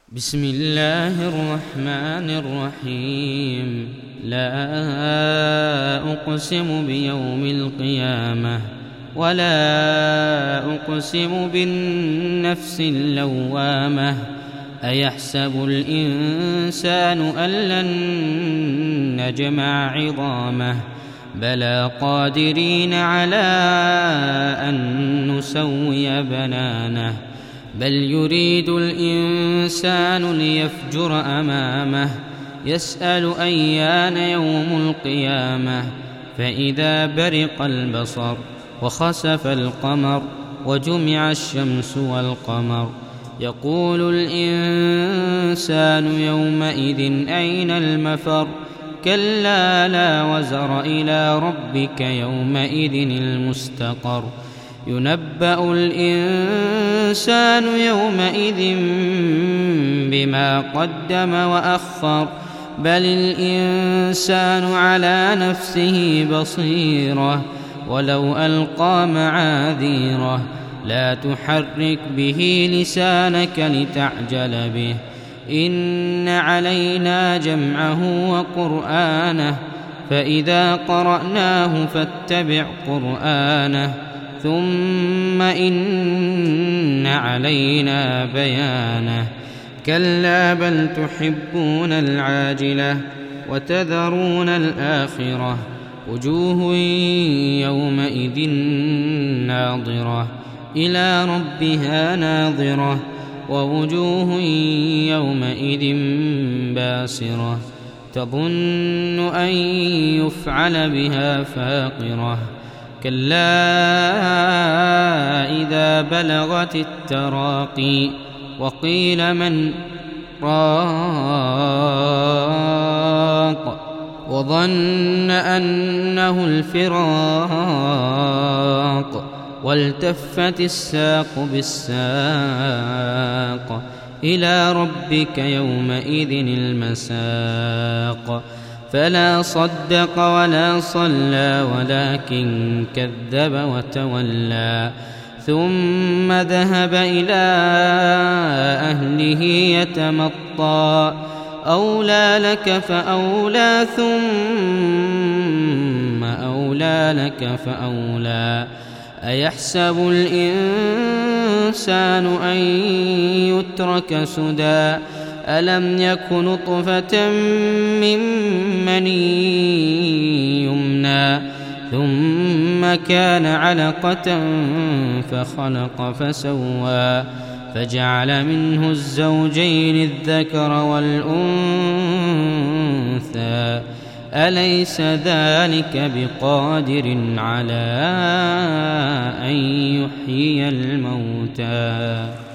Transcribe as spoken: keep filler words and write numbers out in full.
بسم الله الرحمن الرحيم. لا أقسم بيوم القيامة ولا أقسم بالنفس اللوامة. أيحسب الإنسان أن لن نجمع عظامه بلى قادرين على أن نسوي بنانه بل يريد الإنسان ليفجر أمامه يسأل أيان يوم القيامة فإذا برق البصر وخسف القمر وجمع الشمس والقمر يقول الإنسان يومئذ أين المفر كلا لا وزر إلى ربك يومئذ المستقر ينبأ الإنسان يومئذ بما قدم وأخر بل الإنسان على نفسه بصيرة ولو ألقى معاذيره لا تحرك به لسانك لتعجل به إن علينا جمعه وقرآنه فإذا قرأناه فاتبع قرآنه ثم إن علينا بيانه كلا بل تحبون العاجلة وتذرون الآخرة وجوه يومئذ ناظرة إلى ربها ناظرة ووجوه يومئذ باسرة تظن أن يفعل بها فاقرة كلا إذا بلغت التراقي وقيل من راق وظن أنه الفراق والتفت الساق بالساق إلى ربك يومئذ المساق فلا صدق ولا صلى ولكن كذب وتولى ثم ذهب إلى أهله يتمطى أولى لك فأولى ثم أولى لك فأولى أيحسب الإنسان أن يترك سدى ألم يك نطفة من مني يمنى ثم كان علقة فخلق فسوى فجعل منه الزوجين الذكر والأنثى أليس ذلك بقادر على أن يحيي الموتى